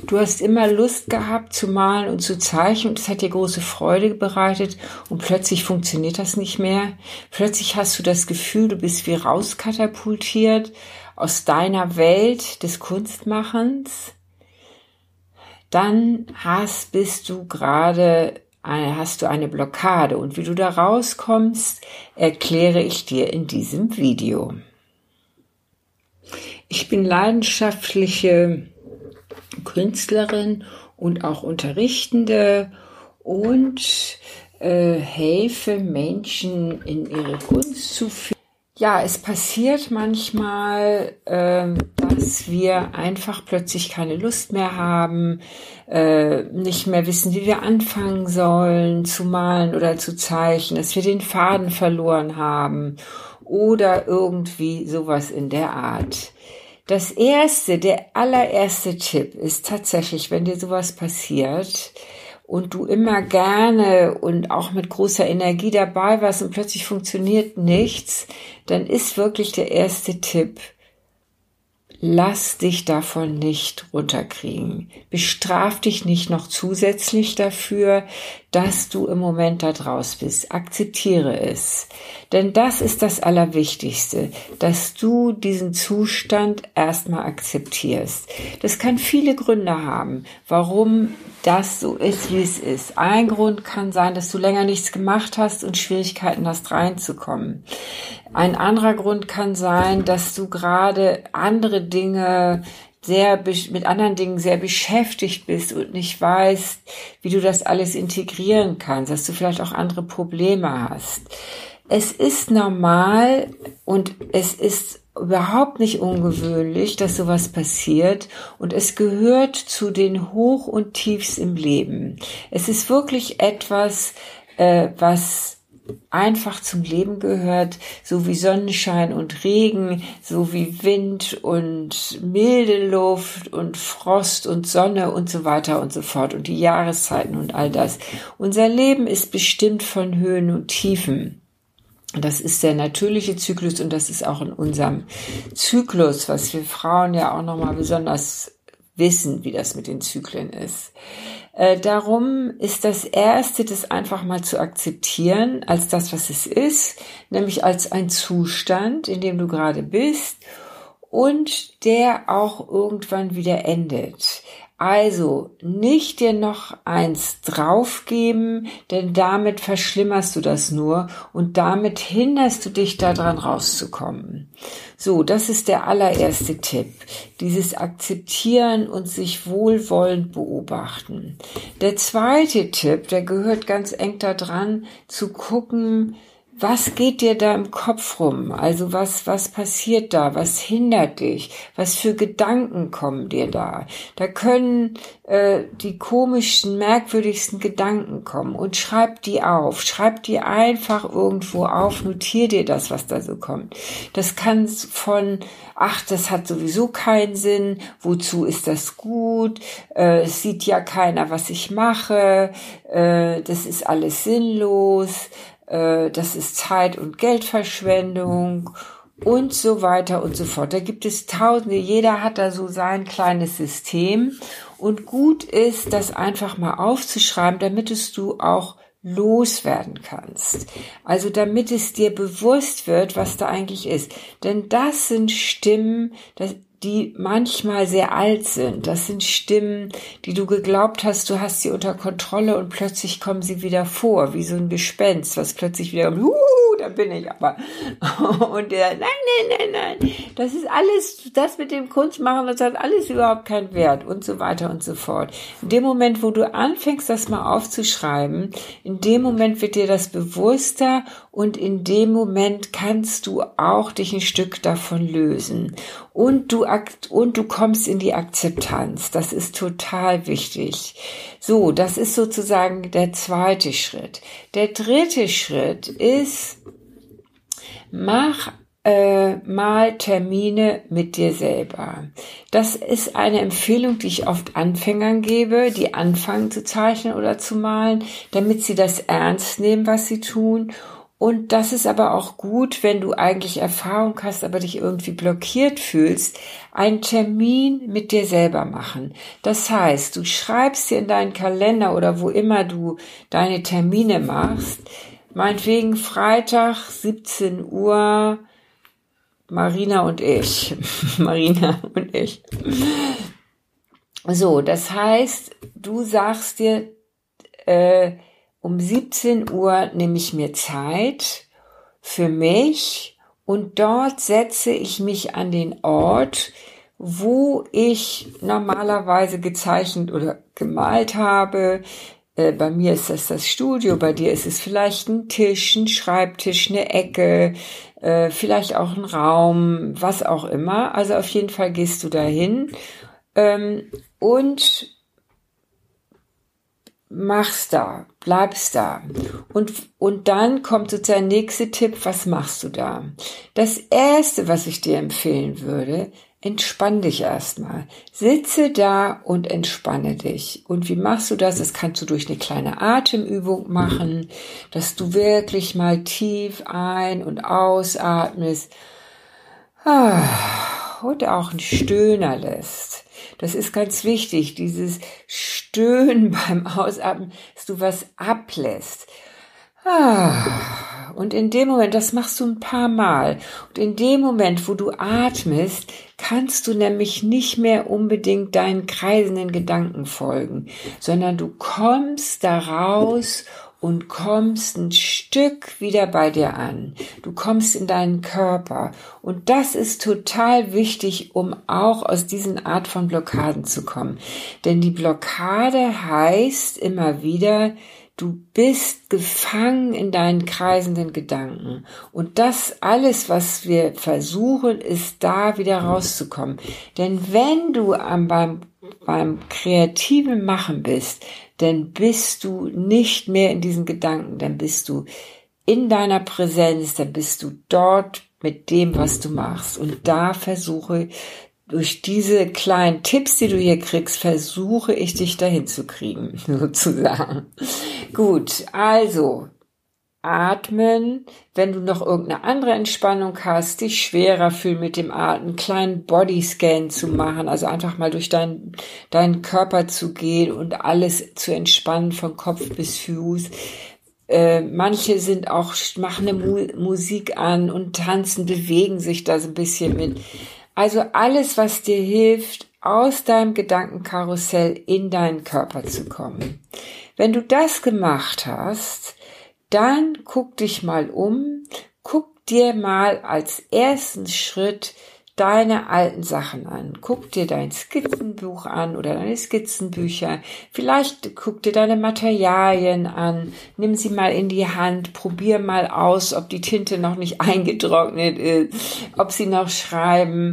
Du hast immer Lust gehabt zu malen und zu zeichnen und es hat dir große Freude bereitet und plötzlich funktioniert das nicht mehr. Plötzlich hast du das Gefühl, du bist wie rauskatapultiert aus deiner Welt des Kunstmachens. Dann hast du eine Blockade und wie du da rauskommst, erkläre ich dir in diesem Video. Ich bin leidenschaftliche Künstlerin und auch Unterrichtende und helfe Menschen in ihre Kunst zu führen. Ja, es passiert manchmal, dass wir einfach plötzlich keine Lust mehr haben, nicht mehr wissen, wie wir anfangen sollen zu malen oder zu zeichnen, dass wir den Faden verloren haben oder irgendwie sowas in der Art. Der allererste Tipp ist tatsächlich, wenn dir sowas passiert und du immer gerne und auch mit großer Energie dabei warst und plötzlich funktioniert nichts, dann ist wirklich der erste Tipp: Lass dich davon nicht runterkriegen. Bestraf dich nicht noch zusätzlich dafür, dass du im Moment da draus bist. Akzeptiere es. Denn das ist das Allerwichtigste, dass du diesen Zustand erstmal akzeptierst. Das kann viele Gründe haben, warum das so ist, wie es ist. Ein Grund kann sein, dass du länger nichts gemacht hast und Schwierigkeiten hast, reinzukommen. Ein anderer Grund kann sein, dass du gerade mit anderen Dingen sehr beschäftigt bist und nicht weißt, wie du das alles integrieren kannst, dass du vielleicht auch andere Probleme hast. Es ist normal und es ist überhaupt nicht ungewöhnlich, dass sowas passiert und es gehört zu den Hoch- und Tiefs im Leben. Es ist wirklich etwas, was einfach zum Leben gehört, so wie Sonnenschein und Regen, so wie Wind und milde Luft und Frost und Sonne und so weiter und so fort und die Jahreszeiten und all das. Unser Leben ist bestimmt von Höhen und Tiefen. Das ist der natürliche Zyklus und das ist auch in unserem Zyklus, was wir Frauen ja auch nochmal besonders wissen, wie das mit den Zyklen ist. Darum ist das Erste, das einfach mal zu akzeptieren, als das, was es ist, nämlich als ein Zustand, in dem du gerade bist und der auch irgendwann wieder endet. Also nicht dir noch eins draufgeben, denn damit verschlimmerst du das nur und damit hinderst du dich daran rauszukommen. So, das ist der allererste Tipp. Dieses Akzeptieren und sich wohlwollend beobachten. Der zweite Tipp, der gehört ganz eng da dran, zu gucken, was geht dir da im Kopf rum? Also was passiert da? Was hindert dich? Was für Gedanken kommen dir da? Da können die komischsten, merkwürdigsten Gedanken kommen und schreib die auf. Schreib die einfach irgendwo auf. Notier dir das, was da so kommt. Das kann von, ach, das hat sowieso keinen Sinn. Wozu ist das gut? Es sieht ja keiner, was ich mache. Das ist alles sinnlos. Das ist Zeit- und Geldverschwendung und so weiter und so fort. Da gibt es Tausende, jeder hat da so sein kleines System und gut ist, das einfach mal aufzuschreiben, damit es du auch loswerden kannst. Also damit es dir bewusst wird, was da eigentlich ist. Denn das sind Stimmen, die manchmal sehr alt sind. Das sind Stimmen, die du geglaubt hast, du hast sie unter Kontrolle und plötzlich kommen sie wieder vor, wie so ein Gespenst, was plötzlich wieder, da bin ich aber. Und der, nein. Das ist alles, das mit dem Kunstmachen, das hat alles überhaupt keinen Wert und so weiter und so fort. In dem Moment, wo du anfängst, das mal aufzuschreiben, in dem Moment wird dir das bewusster und in dem Moment kannst du auch dich ein Stück davon lösen. Und du kommst in die Akzeptanz. Das ist total wichtig. So, das ist sozusagen der zweite Schritt. Der dritte Schritt ist, mach mal Termine mit dir selber. Das ist eine Empfehlung, die ich oft Anfängern gebe, die anfangen zu zeichnen oder zu malen, damit sie das ernst nehmen, was sie tun Und das ist aber auch gut, wenn du eigentlich Erfahrung hast, aber dich irgendwie blockiert fühlst, einen Termin mit dir selber machen. Das heißt, du schreibst dir in deinen Kalender oder wo immer du deine Termine machst, meinetwegen Freitag, 17 Uhr, Marina und ich. Marina und ich. So, das heißt, du sagst dir, um 17 Uhr nehme ich mir Zeit für mich und dort setze ich mich an den Ort, wo ich normalerweise gezeichnet oder gemalt habe. Bei mir ist das Studio, bei dir ist es vielleicht ein Tisch, ein Schreibtisch, eine Ecke, vielleicht auch ein Raum, was auch immer. Also auf jeden Fall gehst du dahin und machst da, bleibst da. Und dann kommt sozusagen der nächste Tipp, was machst du da? Das Erste, was ich dir empfehlen würde, entspann dich erstmal. Sitze da und entspanne dich. Und wie machst du das? Das kannst du durch eine kleine Atemübung machen, dass du wirklich mal tief ein- und ausatmest und auch einen Stöhner lässt. Das ist ganz wichtig, dieses Stöhnen beim Ausatmen, dass du was ablässt. Und in dem Moment, das machst du ein paar Mal. Und in dem Moment, wo du atmest, kannst du nämlich nicht mehr unbedingt deinen kreisenden Gedanken folgen, sondern du kommst da raus und kommst ein Stück wieder bei dir an. Du kommst in deinen Körper. Und das ist total wichtig, um auch aus diesen Art von Blockaden zu kommen. Denn die Blockade heißt immer wieder, du bist gefangen in deinen kreisenden Gedanken. Und das alles, was wir versuchen, ist da wieder rauszukommen. Denn wenn du beim kreativen Machen bist, dann bist du nicht mehr in diesen Gedanken, dann bist du in deiner Präsenz, dann bist du dort mit dem, was du machst. Und da versuche, durch diese kleinen Tipps, die du hier kriegst, versuche ich dich dahin zu kriegen, sozusagen. Gut, also atmen, wenn du noch irgendeine andere Entspannung hast, dich schwerer fühlen mit dem Atmen, einen kleinen Bodyscan zu machen, also einfach mal durch deinen Körper zu gehen und alles zu entspannen von Kopf bis Fuß. Manche sind auch, machen eine Musik an und tanzen, bewegen sich da so ein bisschen mit. Also alles, was dir hilft, aus deinem Gedankenkarussell in deinen Körper zu kommen. Wenn du das gemacht hast, dann guck dich mal um, guck dir mal als ersten Schritt deine alten Sachen an. Guck dir dein Skizzenbuch an oder deine Skizzenbücher. Vielleicht guck dir deine Materialien an. Nimm sie mal in die Hand. Probier mal aus, ob die Tinte noch nicht eingetrocknet ist, ob sie noch schreiben.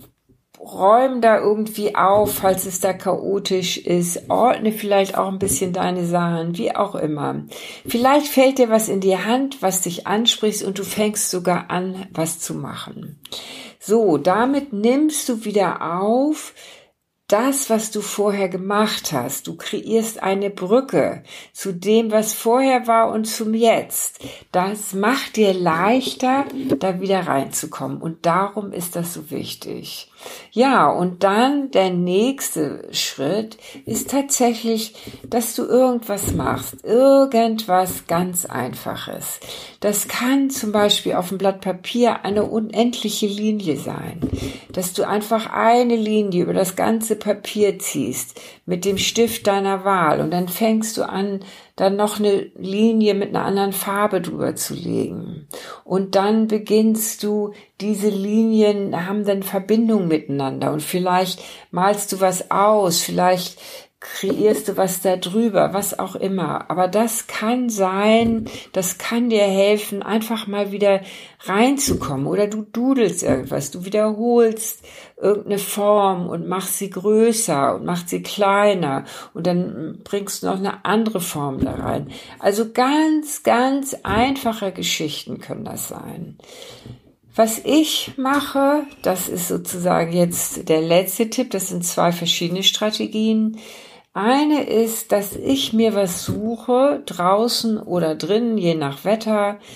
Räum da irgendwie auf, falls es da chaotisch ist. Ordne vielleicht auch ein bisschen deine Sachen, wie auch immer. Vielleicht fällt dir was in die Hand, was dich anspricht und du fängst sogar an, was zu machen. So, damit nimmst du wieder auf das, was du vorher gemacht hast. Du kreierst eine Brücke zu dem, was vorher war und zum Jetzt. Das macht dir leichter, da wieder reinzukommen. Und darum ist das so wichtig. Ja, und dann der nächste Schritt ist tatsächlich, dass du irgendwas machst. Irgendwas ganz Einfaches. Das kann zum Beispiel auf dem Blatt Papier eine unendliche Linie sein. Dass du einfach eine Linie über das ganze Papier ziehst mit dem Stift deiner Wahl und dann fängst du an, dann noch eine Linie mit einer anderen Farbe drüber zu legen. Und dann beginnst du, diese Linien haben dann Verbindung miteinander und vielleicht malst du was aus, vielleicht kreierst du was da drüber, was auch immer. Aber das kann sein, das kann dir helfen, einfach mal wieder reinzukommen. Oder du dudelst irgendwas, du wiederholst irgendeine Form und machst sie größer und machst sie kleiner und dann bringst du noch eine andere Form da rein. Also ganz, ganz einfache Geschichten können das sein. Was ich mache, das ist sozusagen jetzt der letzte Tipp, das sind 2 verschiedene Strategien. Eine ist, dass ich mir was suche, draußen oder drinnen, je nach Wetter,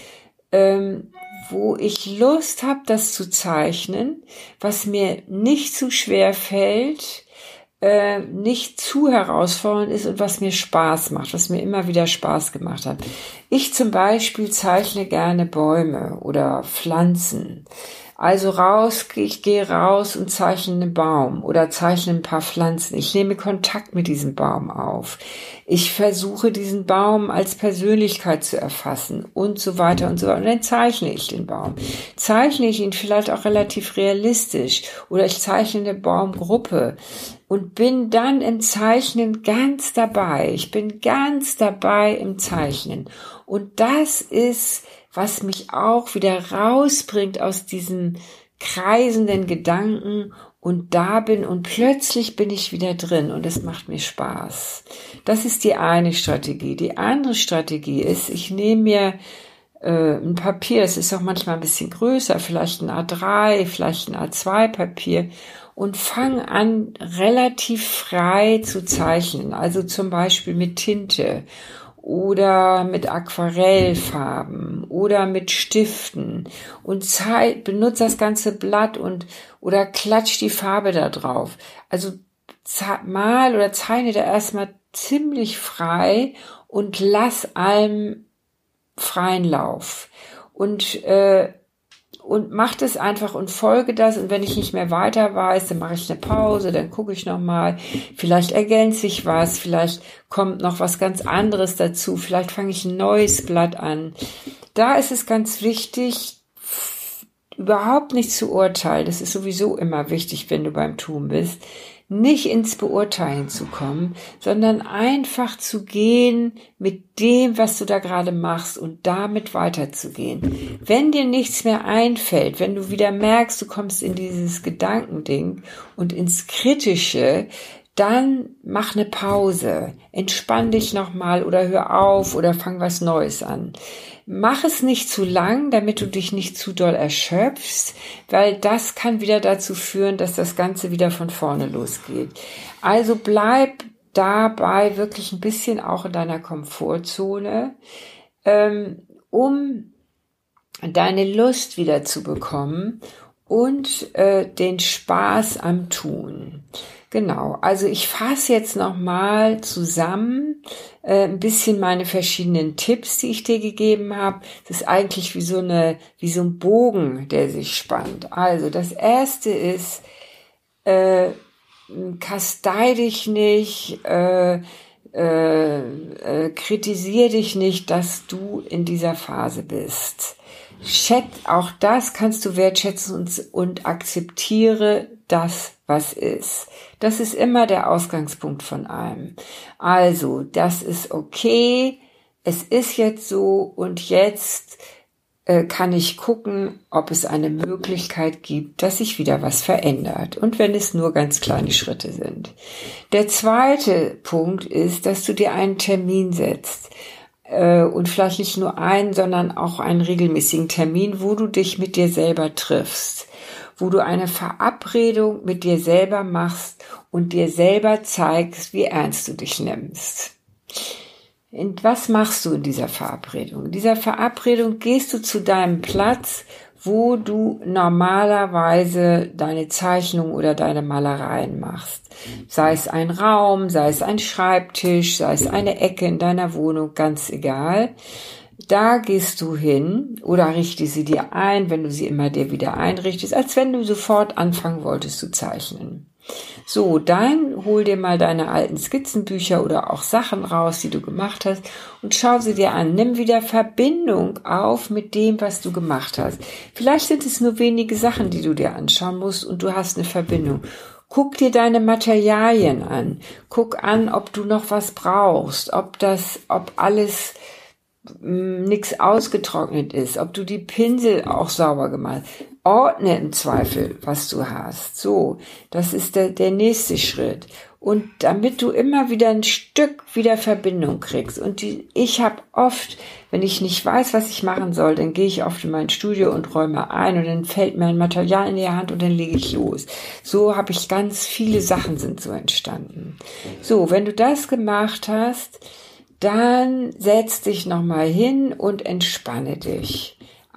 wo ich Lust habe, das zu zeichnen, was mir nicht zu schwer fällt, nicht zu herausfordernd ist und was mir Spaß macht, was mir immer wieder Spaß gemacht hat. Ich zum Beispiel zeichne gerne Bäume oder Pflanzen. Also ich gehe raus und zeichne einen Baum oder zeichne ein paar Pflanzen. Ich nehme Kontakt mit diesem Baum auf. Ich versuche, diesen Baum als Persönlichkeit zu erfassen und so weiter und so weiter. Und dann zeichne ich den Baum. Zeichne ich ihn vielleicht auch relativ realistisch oder ich zeichne eine Baumgruppe und bin dann im Zeichnen ganz dabei. Ich bin ganz dabei im Zeichnen. Und das ist, was mich auch wieder rausbringt aus diesen kreisenden Gedanken und da bin und plötzlich bin ich wieder drin und es macht mir Spaß. Das ist die eine Strategie. Die andere Strategie ist, ich nehme mir ein Papier, das ist auch manchmal ein bisschen größer, vielleicht ein A3, vielleicht ein A2 Papier und fange an, relativ frei zu zeichnen. Also zum Beispiel mit Tinte oder mit Aquarellfarben oder mit Stiften und benutze das ganze Blatt oder klatsch die Farbe da drauf. Also mal oder zeichne da erstmal ziemlich frei und lass allem freien Lauf und mach das einfach und folge das und wenn ich nicht mehr weiter weiß, dann mache ich eine Pause, dann gucke ich nochmal, vielleicht ergänze ich was, vielleicht kommt noch was ganz anderes dazu, vielleicht fange ich ein neues Blatt an. Da ist es ganz wichtig, überhaupt nicht zu urteilen, das ist sowieso immer wichtig, wenn du beim Tun bist, nicht ins Beurteilen zu kommen, sondern einfach zu gehen mit dem, was du da gerade machst und damit weiterzugehen. Wenn dir nichts mehr einfällt, wenn du wieder merkst, du kommst in dieses Gedankending und ins Kritische, dann mach eine Pause, entspann dich nochmal oder hör auf oder fang was Neues an. Mach es nicht zu lang, damit du dich nicht zu doll erschöpfst, weil das kann wieder dazu führen, dass das Ganze wieder von vorne losgeht. Also bleib dabei wirklich ein bisschen auch in deiner Komfortzone, um deine Lust wieder zu bekommen und den Spaß am Tun. Genau, also ich fasse jetzt nochmal zusammen ein bisschen meine verschiedenen Tipps, die ich dir gegeben habe. Das ist eigentlich wie so ein Bogen, der sich spannt. Also das erste ist, kastei dich nicht, kritisier dich nicht, dass du in dieser Phase bist. Auch das kannst du wertschätzen und akzeptiere das, was ist. Das ist immer der Ausgangspunkt von allem. Also, das ist okay, es ist jetzt so und jetzt kann ich gucken, ob es eine Möglichkeit gibt, dass sich wieder was verändert. Und wenn es nur ganz kleine Schritte sind. Der zweite Punkt ist, dass du dir einen Termin setzt. Und vielleicht nicht nur einen, sondern auch einen regelmäßigen Termin, wo du dich mit dir selber triffst, wo du eine Verabredung mit dir selber machst und dir selber zeigst, wie ernst du dich nimmst. Und was machst du in dieser Verabredung? In dieser Verabredung gehst du zu deinem Platz, wo du normalerweise deine Zeichnung oder deine Malereien machst. Sei es ein Raum, sei es ein Schreibtisch, sei es eine Ecke in deiner Wohnung, ganz egal. Da gehst du hin oder richte sie dir ein, wenn du sie immer dir wieder einrichtest, als wenn du sofort anfangen wolltest zu zeichnen. So, dann hol dir mal deine alten Skizzenbücher oder auch Sachen raus, die du gemacht hast und schau sie dir an. Nimm wieder Verbindung auf mit dem, was du gemacht hast. Vielleicht sind es nur wenige Sachen, die du dir anschauen musst und du hast eine Verbindung. Guck dir deine Materialien an. Guck an, ob du noch was brauchst, ob alles nichts ausgetrocknet ist, ob du die Pinsel auch sauber gemalt hast. Ordne im Zweifel, was du hast. So, das ist der nächste Schritt. Und damit du immer wieder ein Stück wieder Verbindung kriegst. Und ich habe oft, wenn ich nicht weiß, was ich machen soll, dann gehe ich oft in mein Studio und räume ein und dann fällt mir ein Material in die Hand und dann lege ich los. So habe ich ganz viele Sachen sind so entstanden. So, wenn du das gemacht hast, dann setz dich nochmal hin und entspanne dich.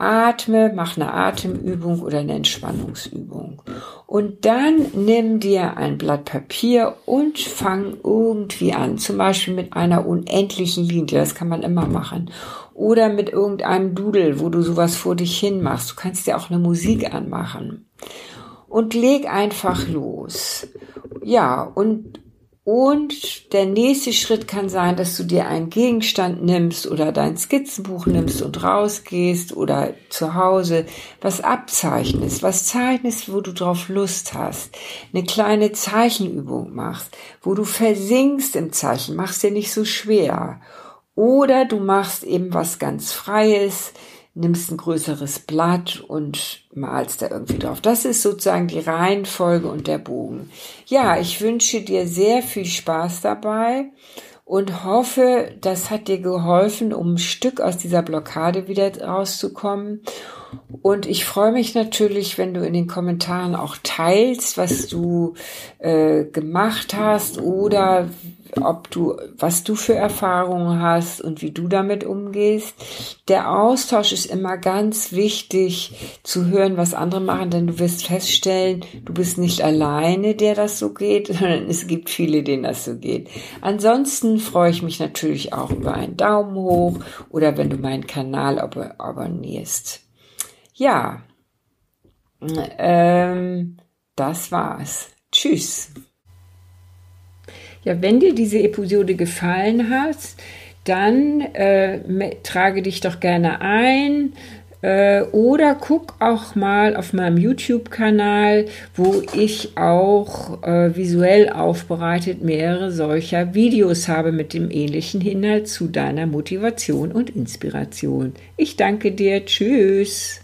Atme, mach eine Atemübung oder eine Entspannungsübung. Und dann nimm dir ein Blatt Papier und fang irgendwie an. Zum Beispiel mit einer unendlichen Linie, das kann man immer machen. Oder mit irgendeinem Doodle, wo du sowas vor dich hin machst. Du kannst dir auch eine Musik anmachen. Und leg einfach los. Ja, und der nächste Schritt kann sein, dass du dir einen Gegenstand nimmst oder dein Skizzenbuch nimmst und rausgehst oder zu Hause was abzeichnest, was zeichnest, wo du drauf Lust hast. Eine kleine Zeichenübung machst, wo du versinkst im Zeichen, machst dir nicht so schwer. Oder du machst eben was ganz Freies, nimmst ein größeres Blatt und malst da irgendwie drauf. Das ist sozusagen die Reihenfolge und der Bogen. Ja, ich wünsche dir sehr viel Spaß dabei und hoffe, das hat dir geholfen, um ein Stück aus dieser Blockade wieder rauszukommen. Und ich freue mich natürlich, wenn du in den Kommentaren auch teilst, was du gemacht hast oder was du für Erfahrungen hast und wie du damit umgehst. Der Austausch ist immer ganz wichtig, zu hören, was andere machen, denn du wirst feststellen, du bist nicht alleine, der das so geht, sondern es gibt viele, denen das so geht. Ansonsten freue ich mich natürlich auch über einen Daumen hoch oder wenn du meinen Kanal abonnierst. Ja, das war's. Tschüss. Ja, wenn dir diese Episode gefallen hat, dann trage dich doch gerne ein oder guck auch mal auf meinem YouTube-Kanal, wo ich auch visuell aufbereitet mehrere solcher Videos habe mit dem ähnlichen Inhalt zu deiner Motivation und Inspiration. Ich danke dir. Tschüss.